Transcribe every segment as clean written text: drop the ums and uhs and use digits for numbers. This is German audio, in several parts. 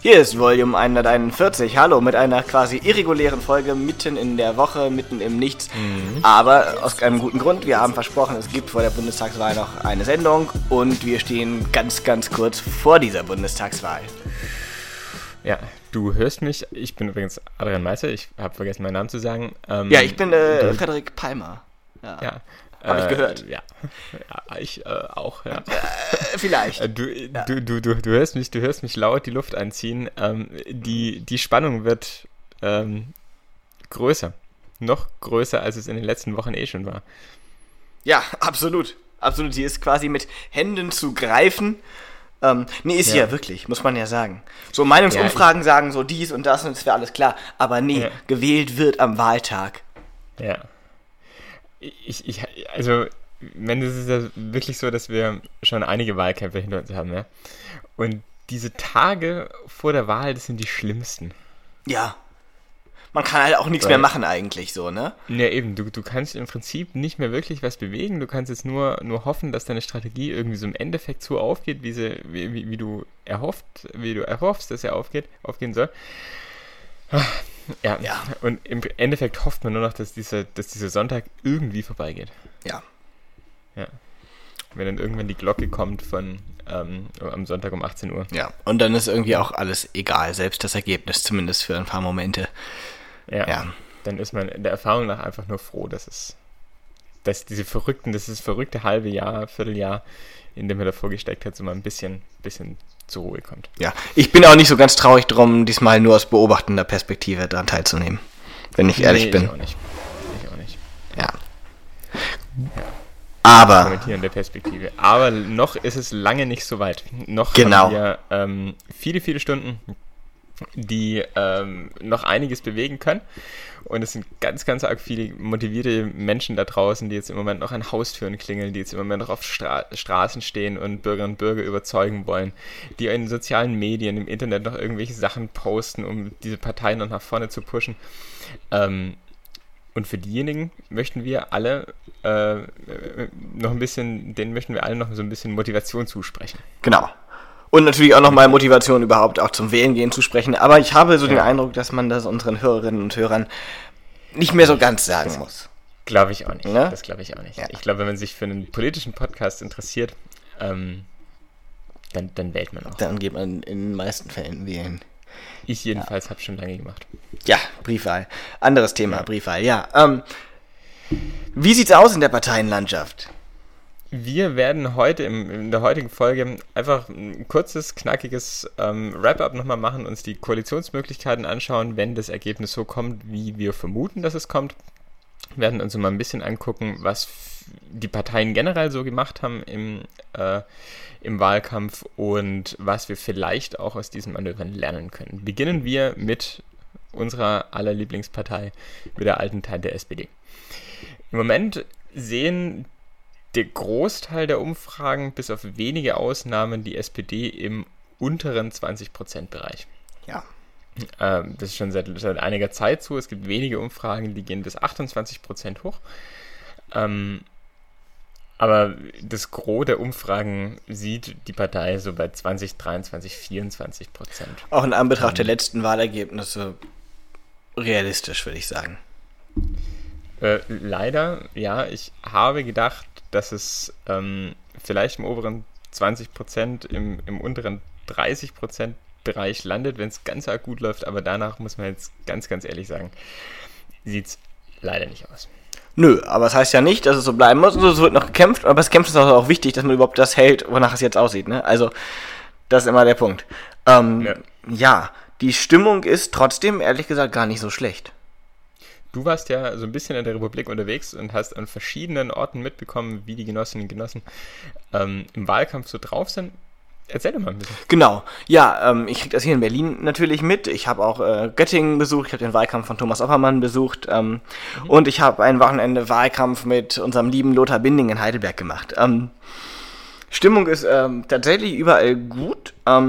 Hier ist Volume 141, hallo, mit einer quasi irregulären Folge mitten in der Woche, mitten im Nichts. Aber aus einem guten Grund, wir haben versprochen, es gibt vor der Bundestagswahl noch eine Sendung und wir stehen ganz, ganz kurz vor dieser Bundestagswahl. Ja, du hörst mich, ich bin übrigens Adrian Meißel, ich habe vergessen meinen Namen zu sagen. Ja, ich bin Frederik Palmer. Ja. Habe ich gehört. Ja, ich auch, ja. Vielleicht. Du hörst mich laut die Luft anziehen. Die Spannung wird größer. Noch größer, als es in den letzten Wochen schon war. Ja, absolut. Absolut. Die ist quasi mit Händen zu greifen. Ist sie ja wirklich, muss man ja sagen. So Meinungsumfragen sagen so dies und das und es wäre alles klar. Aber gewählt wird am Wahltag. Ja. Also, es ist ja wirklich so, dass wir schon einige Wahlkämpfe hinter uns haben, ja. Und diese Tage vor der Wahl, das sind die schlimmsten. Ja. Man kann halt auch nichts mehr machen eigentlich so, ne? Ja, eben. Du kannst im Prinzip nicht mehr wirklich was bewegen. Du kannst jetzt nur hoffen, dass deine Strategie irgendwie so im Endeffekt so aufgeht, wie du erhoffst, dass er aufgehen soll. Ja, und im Endeffekt hofft man nur noch, dass dieser Sonntag irgendwie vorbeigeht. Ja. Wenn dann irgendwann die Glocke kommt von am Sonntag um 18 Uhr. Ja, und dann ist irgendwie auch alles egal, selbst das Ergebnis, zumindest für ein paar Momente. Ja. Dann ist man der Erfahrung nach einfach nur froh, dass dieses verrückte halbe Jahr, Vierteljahr, in dem er davor gesteckt hat, so mal ein bisschen zur Ruhe kommt. Ja, ich bin auch nicht so ganz traurig drum, diesmal nur aus beobachtender Perspektive daran teilzunehmen, wenn ich ehrlich bin. Ich auch nicht. Ja. Aber kommentierende Perspektive. Aber noch ist es lange nicht so weit. Noch haben wir viele, viele Stunden, die noch einiges bewegen können. Und es sind ganz, ganz arg viele motivierte Menschen da draußen, die jetzt im Moment noch an Haustüren klingeln, die jetzt im Moment noch auf Straßen stehen und Bürgerinnen und Bürger überzeugen wollen, die in sozialen Medien, im Internet noch irgendwelche Sachen posten, um diese Parteien noch nach vorne zu pushen. Und für diejenigen möchten wir alle denen möchten wir alle noch so ein bisschen Motivation zusprechen. Genau. Und natürlich auch nochmal Motivation überhaupt auch zum Wählen gehen zu sprechen. Aber ich habe so den Eindruck, dass man das unseren Hörerinnen und Hörern nicht mehr so ganz sagen muss. Glaube ich auch nicht. Ne? Das glaube ich auch nicht. Ja. Ich glaube, wenn man sich für einen politischen Podcast interessiert, dann wählt man auch. Dann geht man in den meisten Fällen wählen. Ich jedenfalls habe schon lange gemacht. Ja, Briefwahl. Anderes Thema, Briefwahl, ja. Wie sieht's aus in der Parteienlandschaft? Wir werden heute in der heutigen Folge einfach ein kurzes, knackiges Wrap-up nochmal machen, uns die Koalitionsmöglichkeiten anschauen, wenn das Ergebnis so kommt, wie wir vermuten, dass es kommt. Wir werden uns mal ein bisschen angucken, was die Parteien generell so gemacht haben im Wahlkampf und was wir vielleicht auch aus diesen Manövern lernen können. Beginnen wir mit unserer aller Lieblingspartei, mit der alten Teil der SPD. Im Moment sehen der Großteil der Umfragen, bis auf wenige Ausnahmen, die SPD im unteren 20%-Bereich. Ja. Das ist schon seit einiger Zeit so. Es gibt wenige Umfragen, die gehen bis 28% hoch. Aber das Gros der Umfragen sieht die Partei so bei 20, 23, 24%. Auch in Anbetracht der letzten Wahlergebnisse realistisch, würde ich sagen. Leider, ja. Ich habe gedacht, dass es vielleicht im oberen 20%, im unteren 30% Bereich landet, wenn es ganz arg gut läuft. Aber danach muss man jetzt ganz, ganz ehrlich sagen, sieht es leider nicht aus. Nö, aber es heißt ja nicht, dass es so bleiben muss. Es wird noch gekämpft, aber das Kämpfen ist auch wichtig, dass man überhaupt das hält, wonach es jetzt aussieht. Ne? Also, das ist immer der Punkt. Ja, die Stimmung ist trotzdem, ehrlich gesagt, gar nicht so schlecht. Du warst ja so ein bisschen in der Republik unterwegs und hast an verschiedenen Orten mitbekommen, wie die Genossinnen und Genossen im Wahlkampf so drauf sind. Erzähl doch mal ein bisschen. Genau, ja, ich kriege das hier in Berlin natürlich mit. Ich habe auch Göttingen besucht, ich habe den Wahlkampf von Thomas Oppermann besucht und ich habe ein Wochenende Wahlkampf mit unserem lieben Lothar Binding in Heidelberg gemacht. Stimmung ist tatsächlich überall gut.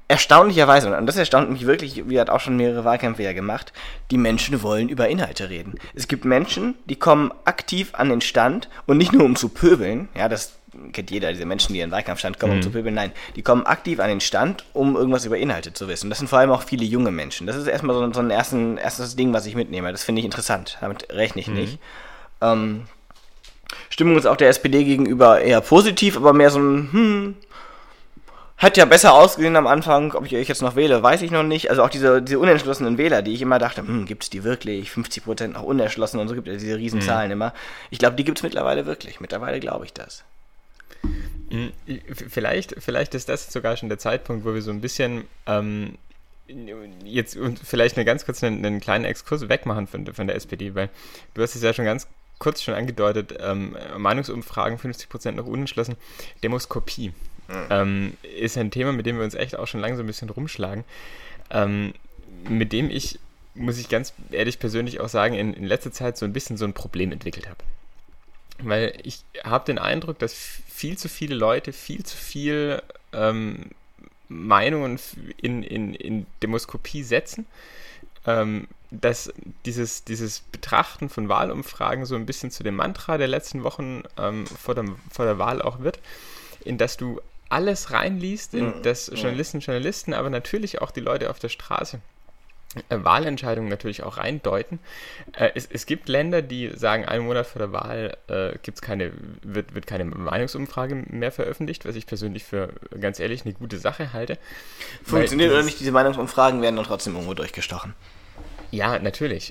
erstaunlicherweise, und das erstaunt mich wirklich, wie hat auch schon mehrere Wahlkämpfe ja gemacht, die Menschen wollen über Inhalte reden. Es gibt Menschen, die kommen aktiv an den Stand und nicht nur um zu pöbeln, ja, das kennt jeder, diese Menschen, die in den Wahlkampfstand kommen, um zu pöbeln, nein, die kommen aktiv an den Stand, um irgendwas über Inhalte zu wissen. Das sind vor allem auch viele junge Menschen. Das ist erstmal so ein erstes Ding, was ich mitnehme. Das finde ich interessant, damit rechne ich nicht. Stimmung ist auch der SPD gegenüber eher positiv, aber mehr so ein, hat ja besser ausgesehen am Anfang, ob ich euch jetzt noch wähle, weiß ich noch nicht. Also auch diese unentschlossenen Wähler, die ich immer dachte, gibt es die wirklich? 50% noch unerschlossen und so gibt es diese Riesenzahlen immer. Ich glaube, die gibt es mittlerweile wirklich. Mittlerweile glaube ich das. Vielleicht ist das sogar schon der Zeitpunkt, wo wir so ein bisschen jetzt vielleicht ganz kurz einen kleinen Exkurs wegmachen von der SPD, weil du hast es ja schon ganz kurz schon angedeutet, Meinungsumfragen 50% noch unentschlossen, Demoskopie. Ist ein Thema, mit dem wir uns echt auch schon lange so ein bisschen rumschlagen, mit dem ich, muss ich ganz ehrlich persönlich auch sagen, in letzter Zeit so ein bisschen so ein Problem entwickelt habe. Weil ich habe den Eindruck, dass viel zu viele Leute viel zu viel Meinungen in Demoskopie setzen, dass dieses Betrachten von Wahlumfragen so ein bisschen zu dem Mantra der letzten Wochen vor der Wahl auch wird, in das du alles reinliest, in das Journalisten, aber natürlich auch die Leute auf der Straße Wahlentscheidungen natürlich auch reindeuten. Es gibt Länder, die sagen, einen Monat vor der Wahl wird keine Meinungsumfrage mehr veröffentlicht, was ich persönlich für, ganz ehrlich, eine gute Sache halte. Funktioniert oder nicht, diese Meinungsumfragen werden dann trotzdem irgendwo durchgestochen. Ja, natürlich.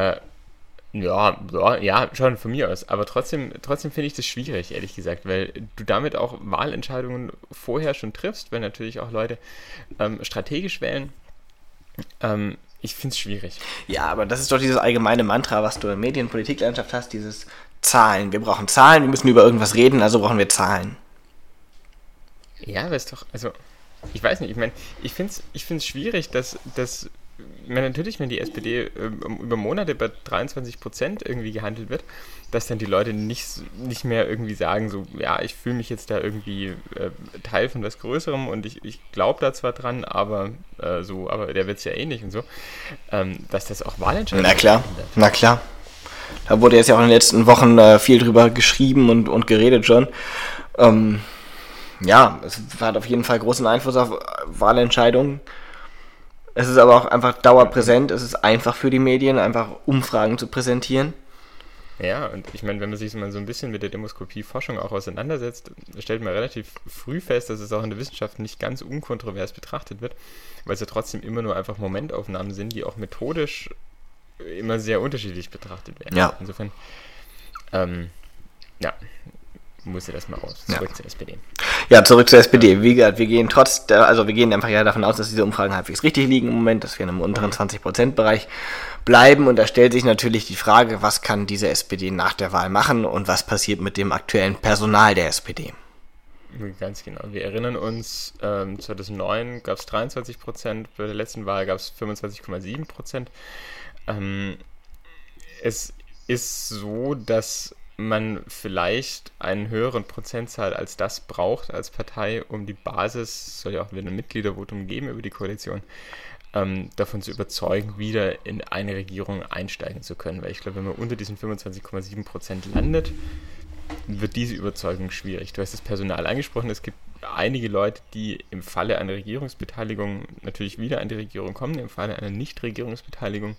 Ja, schon von mir aus. Aber trotzdem finde ich das schwierig, ehrlich gesagt, weil du damit auch Wahlentscheidungen vorher schon triffst, weil natürlich auch Leute strategisch wählen. Ich finde es schwierig. Ja, aber das ist doch dieses allgemeine Mantra, was du in der Medienpolitiklandschaft hast, dieses Zahlen. Wir brauchen Zahlen, wir müssen über irgendwas reden, also brauchen wir Zahlen. Ja, aber ist doch, also, ich weiß nicht, ich meine, ich finde es schwierig, dass natürlich, wenn die SPD über Monate bei 23% irgendwie gehandelt wird, dass dann die Leute nicht mehr irgendwie sagen, so, ja, ich fühle mich jetzt da irgendwie Teil von was Größerem und ich glaube da zwar dran, aber der wird es ja eh nicht und so, dass das auch Wahlentscheidungen Na klar. Da wurde jetzt ja auch in den letzten Wochen viel drüber geschrieben und geredet schon. Ja, es hat auf jeden Fall großen Einfluss auf Wahlentscheidungen. Es ist aber auch einfach dauerpräsent. Es ist einfach für die Medien, einfach Umfragen zu präsentieren. Ja, und ich meine, wenn man sich mal so ein bisschen mit der Demoskopie-Forschung auch auseinandersetzt, stellt man relativ früh fest, dass es auch in der Wissenschaft nicht ganz unkontrovers betrachtet wird, weil es ja trotzdem immer nur einfach Momentaufnahmen sind, die auch methodisch immer sehr unterschiedlich betrachtet werden. Ja. Insofern, musste das mal raus. Zurück zur SPD. Ja, zurück zur SPD. Wie gesagt, wir gehen einfach ja davon aus, dass diese Umfragen halbwegs richtig liegen im Moment, dass wir in einem unteren 20%-Bereich bleiben. Und da stellt sich natürlich die Frage, was kann diese SPD nach der Wahl machen und was passiert mit dem aktuellen Personal der SPD? Ganz genau. Wir erinnern uns, 2009 gab es 23%, bei der letzten Wahl gab es 25,7%. Es ist so, dass man vielleicht einen höheren Prozentzahl als das braucht als Partei, um die Basis, soll ja auch wieder ein Mitgliedervotum geben über die Koalition, davon zu überzeugen, wieder in eine Regierung einsteigen zu können. Weil ich glaube, wenn man unter diesen 25,7% landet, wird diese Überzeugung schwierig. Du hast das Personal angesprochen, es gibt einige Leute, die im Falle einer Regierungsbeteiligung natürlich wieder an die Regierung kommen, im Falle einer Nichtregierungsbeteiligung,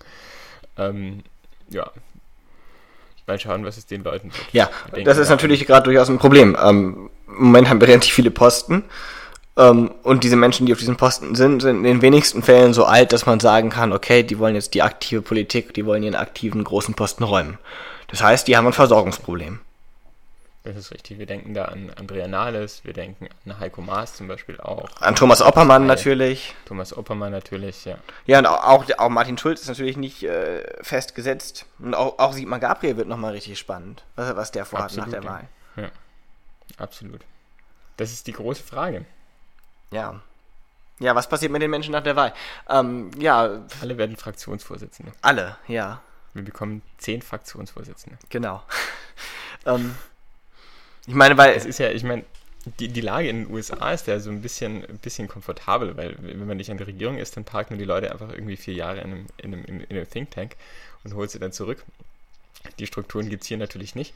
mal schauen, was es den Leuten wird. Ja, das ist natürlich gerade durchaus ein Problem. Im Moment haben wir relativ viele Posten und diese Menschen, die auf diesen Posten sind in den wenigsten Fällen so alt, dass man sagen kann, okay, die wollen jetzt die aktive Politik, die wollen ihren aktiven großen Posten räumen. Das heißt, die haben ein Versorgungsproblem. Das ist richtig. Wir denken da an Andrea Nahles, wir denken an Heiko Maas zum Beispiel auch. An Thomas Oppermann natürlich. Thomas Oppermann natürlich, ja. Ja, und auch Martin Schulz ist natürlich nicht festgesetzt. Und auch Sigmar Gabriel wird nochmal richtig spannend, was der vorhat nach der Wahl. Ja, absolut. Das ist die große Frage. Ja. Ja, was passiert mit den Menschen nach der Wahl? Alle werden Fraktionsvorsitzende. Alle, ja. Wir bekommen 10 Fraktionsvorsitzende. Genau. Ich meine, weil... die Lage in den USA ist ja so ein bisschen komfortabel, weil wenn man nicht an der Regierung ist, dann parkt man die Leute einfach irgendwie 4 Jahre in einem Think Tank und holt sie dann zurück. Die Strukturen gibt es hier natürlich nicht.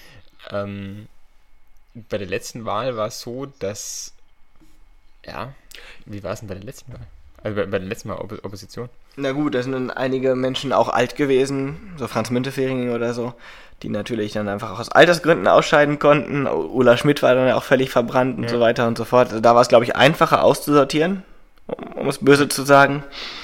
Bei der letzten Wahl war es so, dass, wie war es denn bei der letzten Wahl? Also bei der letzten Mal Opposition. Na gut, da sind dann einige Menschen auch alt gewesen, so Franz Müntefering oder so, die natürlich dann einfach auch aus Altersgründen ausscheiden konnten. Ulla Schmidt war dann ja auch völlig verbrannt und so weiter und so fort. Also da war es, glaube ich, einfacher auszusortieren, um es böse zu sagen.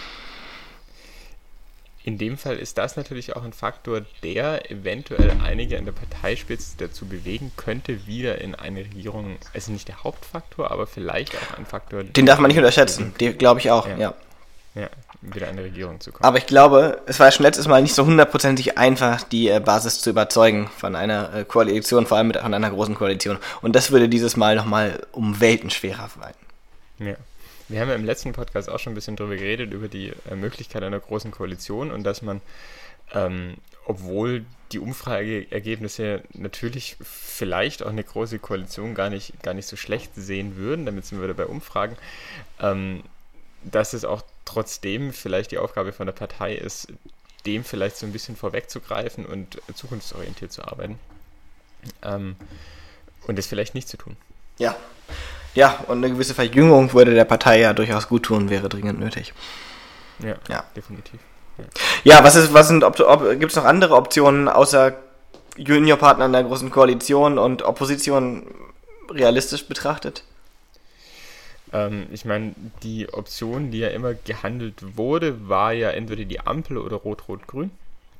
In dem Fall ist das natürlich auch ein Faktor, der eventuell einige an der Parteispitze dazu bewegen könnte, wieder in eine Regierung, also nicht der Hauptfaktor, aber vielleicht auch ein Faktor. Den darf man nicht unterschätzen, den glaube ich auch, ja. Ja, wieder in eine Regierung zu kommen. Aber ich glaube, es war schon letztes Mal nicht so hundertprozentig einfach, die Basis zu überzeugen von einer Koalition, vor allem von einer großen Koalition. Und das würde dieses Mal nochmal um Welten schwerer fallen. Ja. Wir haben ja im letzten Podcast auch schon ein bisschen drüber geredet, über die Möglichkeit einer großen Koalition und dass man, obwohl die Umfrageergebnisse natürlich vielleicht auch eine große Koalition gar nicht so schlecht sehen würden, damit sind wir wieder bei Umfragen, dass es auch trotzdem vielleicht die Aufgabe von der Partei ist, dem vielleicht so ein bisschen vorwegzugreifen und zukunftsorientiert zu arbeiten und das vielleicht nicht zu tun. Ja, und eine gewisse Verjüngung würde der Partei ja durchaus gut tun, wäre dringend nötig. Ja. Definitiv. Ja, gibt es noch andere Optionen außer Juniorpartner in der großen Koalition und Opposition realistisch betrachtet? Ich meine, die Option, die ja immer gehandelt wurde, war ja entweder die Ampel oder Rot-Rot-Grün.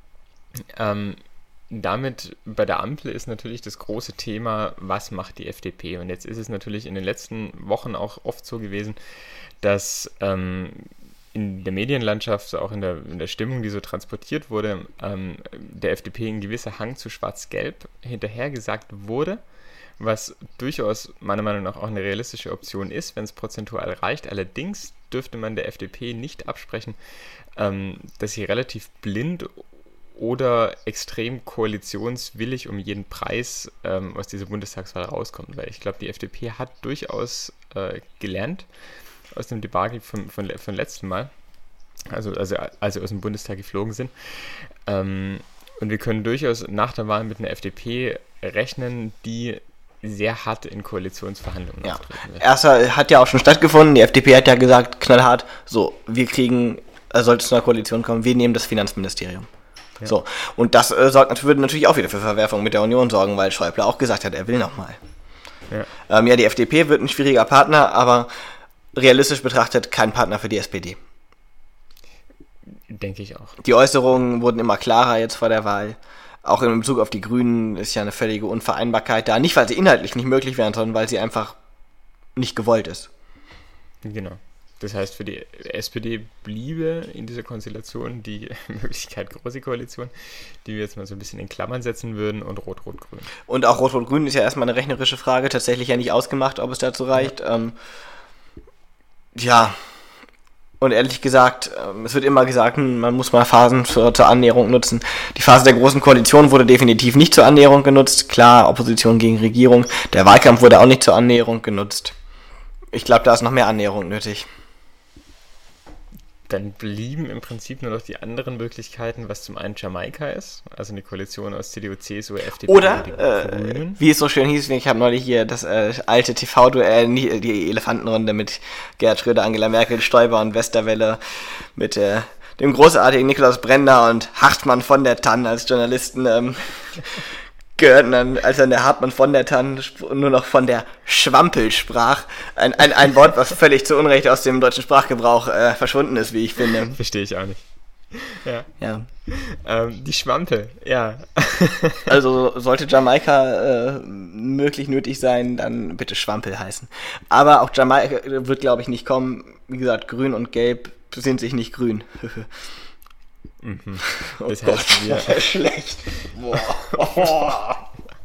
Damit bei der Ampel ist natürlich das große Thema, was macht die FDP? Und jetzt ist es natürlich in den letzten Wochen auch oft so gewesen, dass in der Medienlandschaft, auch in der Stimmung, die so transportiert wurde, der FDP ein gewisser Hang zu Schwarz-Gelb hinterhergesagt wurde, was durchaus meiner Meinung nach auch eine realistische Option ist, wenn es prozentual reicht. Allerdings dürfte man der FDP nicht absprechen, dass sie relativ blind oder extrem koalitionswillig um jeden Preis aus dieser Bundestagswahl rauskommt. Weil ich glaube, die FDP hat durchaus gelernt aus dem Debakel von letzten Mal, also als sie aus dem Bundestag geflogen sind. Und wir können durchaus nach der Wahl mit einer FDP rechnen, die sehr hart in Koalitionsverhandlungen auftreten wird. Erster hat ja auch schon stattgefunden. Die FDP hat ja gesagt, knallhart, so, wir kriegen, sollte es zu einer Koalition kommen, wir nehmen das Finanzministerium. Ja. So, und das würde natürlich auch wieder für Verwerfung mit der Union sorgen, weil Schäuble auch gesagt hat, er will nochmal. Ja. Die FDP wird ein schwieriger Partner, aber realistisch betrachtet kein Partner für die SPD. Denke ich auch. Die Äußerungen wurden immer klarer jetzt vor der Wahl. Auch in Bezug auf die Grünen ist ja eine völlige Unvereinbarkeit da. Nicht, weil sie inhaltlich nicht möglich wären, sondern weil sie einfach nicht gewollt ist. Genau. Das heißt, für die SPD bliebe in dieser Konstellation die Möglichkeit große Koalition, die wir jetzt mal so ein bisschen in Klammern setzen würden, und Rot-Rot-Grün. Und auch Rot-Rot-Grün ist ja erstmal eine rechnerische Frage, tatsächlich ja nicht ausgemacht, ob es dazu reicht. Ja. Und ehrlich gesagt, es wird immer gesagt, man muss mal Phasen zur Annäherung nutzen. Die Phase der Großen Koalition wurde definitiv nicht zur Annäherung genutzt. Klar, Opposition gegen Regierung. Der Wahlkampf wurde auch nicht zur Annäherung genutzt. Ich glaube, da ist noch mehr Annäherung nötig. Dann blieben im Prinzip nur noch die anderen Möglichkeiten, was zum einen Jamaika ist, also eine Koalition aus CDU, CSU, FDP oder, und den Grünen. Wie es so schön hieß, ich habe neulich hier das alte TV-Duell, die Elefantenrunde mit Gerhard Schröder, Angela Merkel, Stoiber und Westerwelle, mit dem großartigen Nikolaus Brender und Hartmann von der Tann als Journalisten gehörten dann, als dann der Hartmann von der Tann nur noch von der Schwampel sprach. Ein Wort, was völlig zu Unrecht aus dem deutschen Sprachgebrauch verschwunden ist, wie ich finde. Verstehe ich auch nicht. Ja. Die Schwampel, ja. Also sollte Jamaika möglich nötig sein, dann bitte Schwampel heißen. Aber auch Jamaika wird, glaube ich, nicht kommen. Wie gesagt, Grün und Gelb sind sich nicht grün. Mhm. Das heißt, wir... Das ist schlecht. Boah.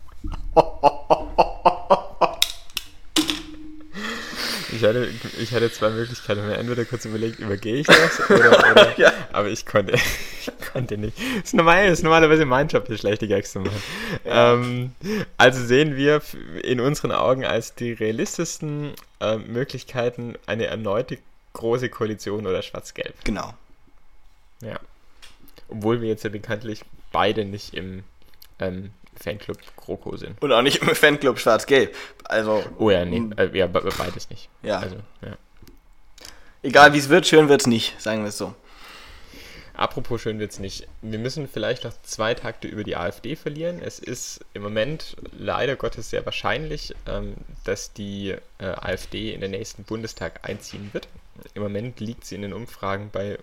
Ich hatte zwei Möglichkeiten. Entweder kurz überlegt, übergehe ich das oder ja. Aber ich konnte konnte nicht. Ist normalerweise mein Job, hier schlechte Gags zu machen. Ja. Also sehen wir in unseren Augen als die realistischsten Möglichkeiten eine erneute große Koalition oder Schwarz-Gelb. Genau. Ja. Obwohl wir jetzt ja bekanntlich beide nicht im Fanclub GroKo sind. Und auch nicht im Fanclub Schwarz-Gelb. Also. Oh ja, nee. Ja, beides nicht. Ja. Also, ja. Egal wie es wird, schön wird's nicht, sagen wir es so. Apropos schön wird's nicht. Wir müssen vielleicht noch 2 Takte über die AfD verlieren. Es ist im Moment leider Gottes sehr wahrscheinlich, dass die AfD in den nächsten Bundestag einziehen wird. Im Moment liegt sie in den Umfragen bei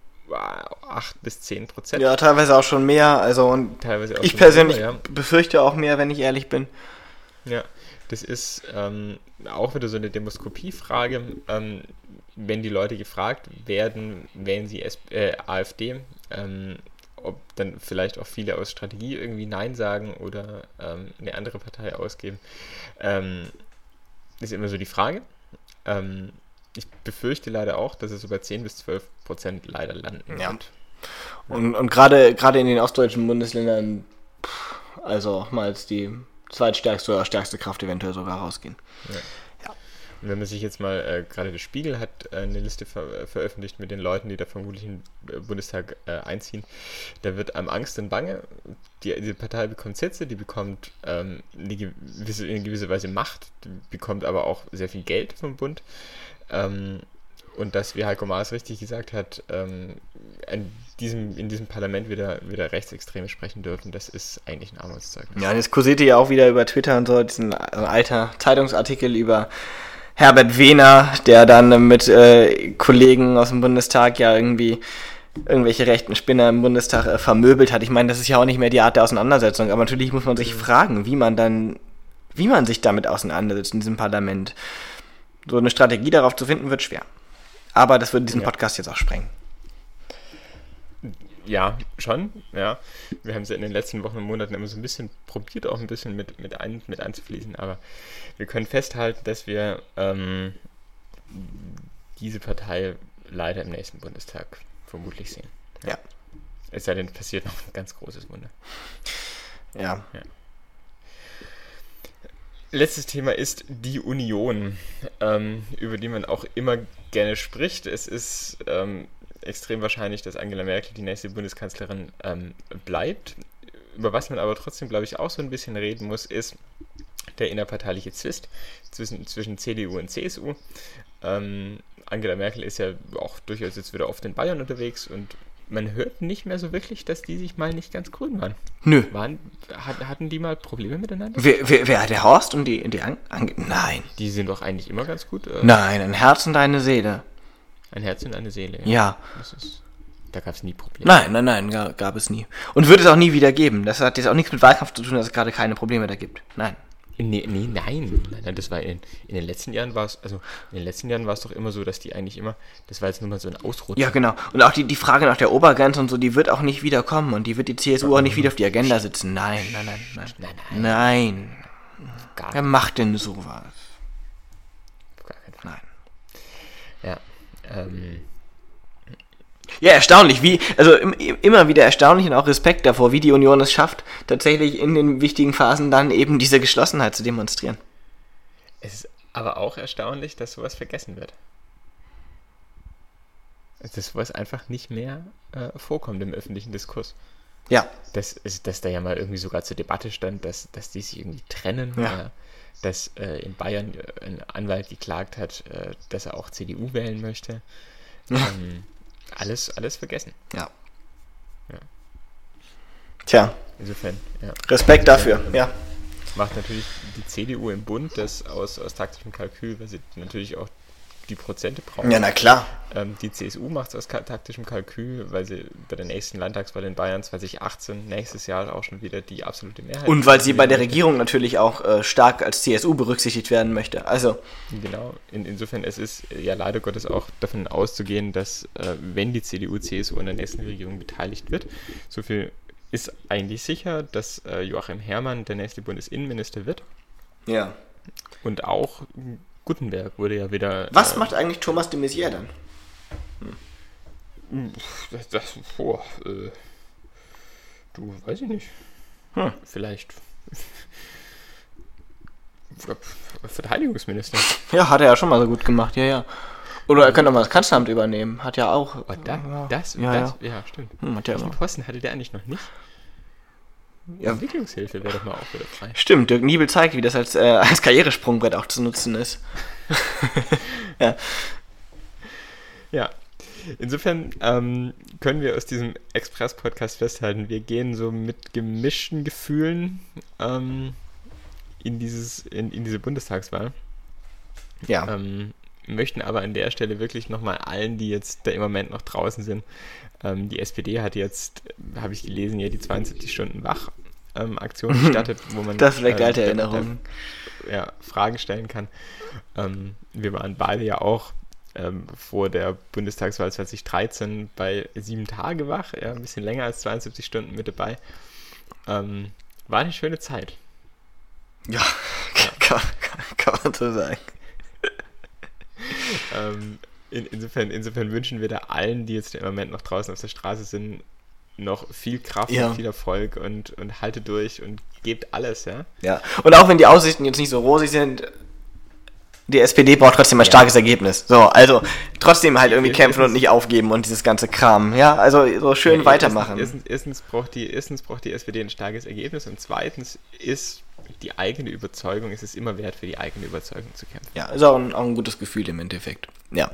8-10%. Ja, teilweise auch schon mehr. Also und teilweise auch ich schon persönlich mehr, ja. befürchte auch mehr, wenn ich ehrlich bin. Ja, das ist auch wieder so eine Demoskopiefrage. Wenn die Leute gefragt werden, wählen sie AfD, ob dann vielleicht auch viele aus Strategie irgendwie Nein sagen oder eine andere Partei ausgeben, ist immer so die Frage. Ich befürchte leider auch, dass es so bei 10-12% leider landen wird. Und gerade in den ostdeutschen Bundesländern, also auch mal als die zweitstärkste oder stärkste Kraft eventuell sogar rausgehen. Ja. Und wenn man sich jetzt mal, gerade der Spiegel hat eine Liste veröffentlicht mit den Leuten, die da vermutlich in den Bundestag einziehen, da wird einem Angst und Bange. Die Partei bekommt Sitze, die bekommt in gewisser Weise Macht, die bekommt aber auch sehr viel Geld vom Bund. Und dass, wie Heiko Maas richtig gesagt hat, in diesem Parlament wieder Rechtsextreme sprechen dürfen, das ist eigentlich ein Armutszeugnis. Ja, und jetzt kursierte ja auch wieder über Twitter und so ein alter Zeitungsartikel über Herbert Wehner, der dann mit Kollegen aus dem Bundestag ja irgendwie irgendwelche rechten Spinner im Bundestag vermöbelt hat. Ich meine, das ist ja auch nicht mehr die Art der Auseinandersetzung, aber natürlich muss man sich fragen, wie man sich damit auseinandersetzt in diesem Parlament. So eine Strategie darauf zu finden, wird schwer. Aber das würde diesen Podcast jetzt auch sprengen. Ja, schon, ja. Wir haben es ja in den letzten Wochen und Monaten immer so ein bisschen probiert, auch ein bisschen mit einzufließen, aber wir können festhalten, dass wir diese Partei leider im nächsten Bundestag vermutlich sehen. Ja. Es sei denn, passiert noch ein ganz großes Wunder. Ja. Letztes Thema ist die Union, über die man auch immer gerne spricht. Es ist extrem wahrscheinlich, dass Angela Merkel die nächste Bundeskanzlerin bleibt. Über was man aber trotzdem, glaube ich, auch so ein bisschen reden muss, ist der innerparteiliche Zwist zwischen CDU und CSU. Angela Merkel ist ja auch durchaus jetzt wieder oft in Bayern unterwegs und man hört nicht mehr so wirklich, dass die sich mal nicht ganz grün waren. Nö. Hatten die mal Probleme miteinander? Wer der Horst und die Nein. Die sind doch eigentlich immer ganz gut. Nein, ein Herz und eine Seele. Ein Herz und eine Seele. Ja. Da gab es nie Probleme. Nein, gab es nie. Und wird es auch nie wieder geben. Das hat jetzt auch nichts mit Wahlkampf zu tun, dass es gerade keine Probleme da gibt. Nein. Nein, das war in den letzten Jahren war es doch immer so, dass die eigentlich immer, das war jetzt nur mal so ein Ausrutscher. Ja, genau. Und auch die Frage nach der Obergrenze und so, die wird auch nicht wieder kommen und die wird die CSU auch nicht wieder auf die Agenda sitzen. Nein. Wer macht denn sowas? Auf gar keinen Fall. Nein. Ja, Ja, erstaunlich, immer wieder erstaunlich und auch Respekt davor, wie die Union es schafft, tatsächlich in den wichtigen Phasen dann eben diese Geschlossenheit zu demonstrieren. Es ist aber auch erstaunlich, dass sowas vergessen wird. Dass sowas einfach nicht mehr vorkommt im öffentlichen Diskurs. Ja. Dass da ja mal irgendwie sogar zur Debatte stand, dass die sich irgendwie trennen. Ja. Dass in Bayern ein Anwalt geklagt hat, dass er auch CDU wählen möchte. Ja. Alles vergessen. Ja. Ja. Tja. Insofern, ja. Respekt dafür, ja. Macht natürlich die CDU im Bund das aus taktischem Kalkül, weil sie natürlich auch die Prozente brauchen. Ja, na klar. Die CSU macht es aus taktischem Kalkül, weil sie bei der nächsten Landtagswahl in Bayern 2018, nächstes Jahr auch schon wieder die absolute Mehrheit. Und weil sie bei der Regierung natürlich auch stark als CSU berücksichtigt werden möchte. Also. Genau, insofern es ist ja leider Gottes auch davon auszugehen, dass wenn die CDU-CSU an der nächsten Regierung beteiligt wird, so viel ist eigentlich sicher, dass Joachim Herrmann der nächste Bundesinnenminister wird. Ja. Und auch Gutenberg wurde ja wieder... Was macht eigentlich Thomas de Maizière dann? Du, weiß ich nicht. Vielleicht Verteidigungsminister. Ja, hat er ja schon mal so gut gemacht, ja. Oder er könnte auch mal das Kanzleramt übernehmen. Hat ja auch. Ja, stimmt. Hat ja Welchen immer. Posten hatte der eigentlich noch nicht? Ja. Entwicklungshilfe wäre doch mal auch wieder frei. Stimmt, Dirk Niebel zeigt, wie das als Karrieresprungbrett auch zu nutzen ist. Ja. Ja. Insofern können wir aus diesem Express-Podcast festhalten, wir gehen so mit gemischten Gefühlen in diese Bundestagswahl. Ja. Möchten aber an der Stelle wirklich nochmal allen, die jetzt da im Moment noch draußen sind, die SPD hat jetzt, habe ich gelesen, ja die 72 Stunden Wach-Aktion gestartet, wo man das weckt alte Erinnerungen. Fragen stellen kann. Wir waren beide ja auch vor der Bundestagswahl 2013 bei 7 Tage wach, ein bisschen länger als 72 Stunden mit dabei. War eine schöne Zeit. Ja. Kann man so sagen. Insofern wünschen wir da allen, die jetzt im Moment noch draußen auf der Straße sind, noch viel Kraft und viel Erfolg und haltet durch und gebt alles, ja? Ja, und auch wenn die Aussichten jetzt nicht so rosig sind, die SPD braucht trotzdem ein starkes Ergebnis. So, also trotzdem halt irgendwie kämpfen und nicht aufgeben und dieses ganze Kram, ja? Also so schön weitermachen. Erstens braucht die SPD ein starkes Ergebnis und zweitens ist die eigene Überzeugung, es ist immer wert, für die eigene Überzeugung zu kämpfen. Ja, ist auch ein gutes Gefühl im Endeffekt. Ja.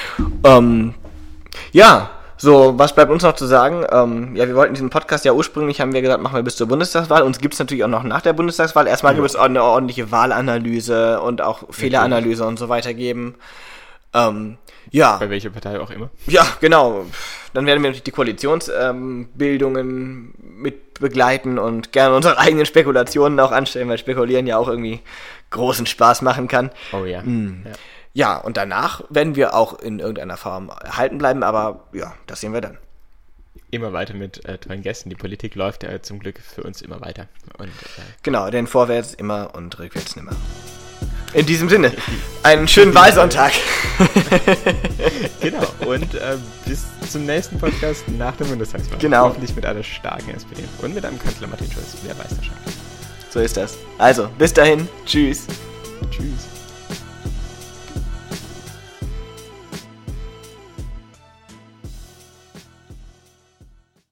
So, was bleibt uns noch zu sagen? Wir wollten diesen Podcast ursprünglich, haben wir gesagt, machen wir bis zur Bundestagswahl. Uns gibt es natürlich auch noch nach der Bundestagswahl. Erstmal gibt es auch eine ordentliche Wahlanalyse und auch Fehleranalyse und so weiter geben. Bei welcher Partei auch immer. Ja, genau. Dann werden wir natürlich die Koalitionsbildungen mit begleiten und gerne unsere eigenen Spekulationen auch anstellen, weil Spekulieren ja auch irgendwie großen Spaß machen kann. Oh ja. Ja, und danach werden wir auch in irgendeiner Form erhalten bleiben, aber ja, das sehen wir dann. Immer weiter mit tollen Gästen. Die Politik läuft ja zum Glück für uns immer weiter. Und, genau, denn vorwärts immer und rückwärts nimmer. In diesem Sinne, einen schönen Wahlsonntag. Genau, und bis zum nächsten Podcast nach der Bundestagswahl. Genau. Hoffentlich mit einer starken SPD und mit einem Kanzler Martin Schulz. Wer weiß das schon. So ist das. Also, bis dahin. Tschüss. Tschüss.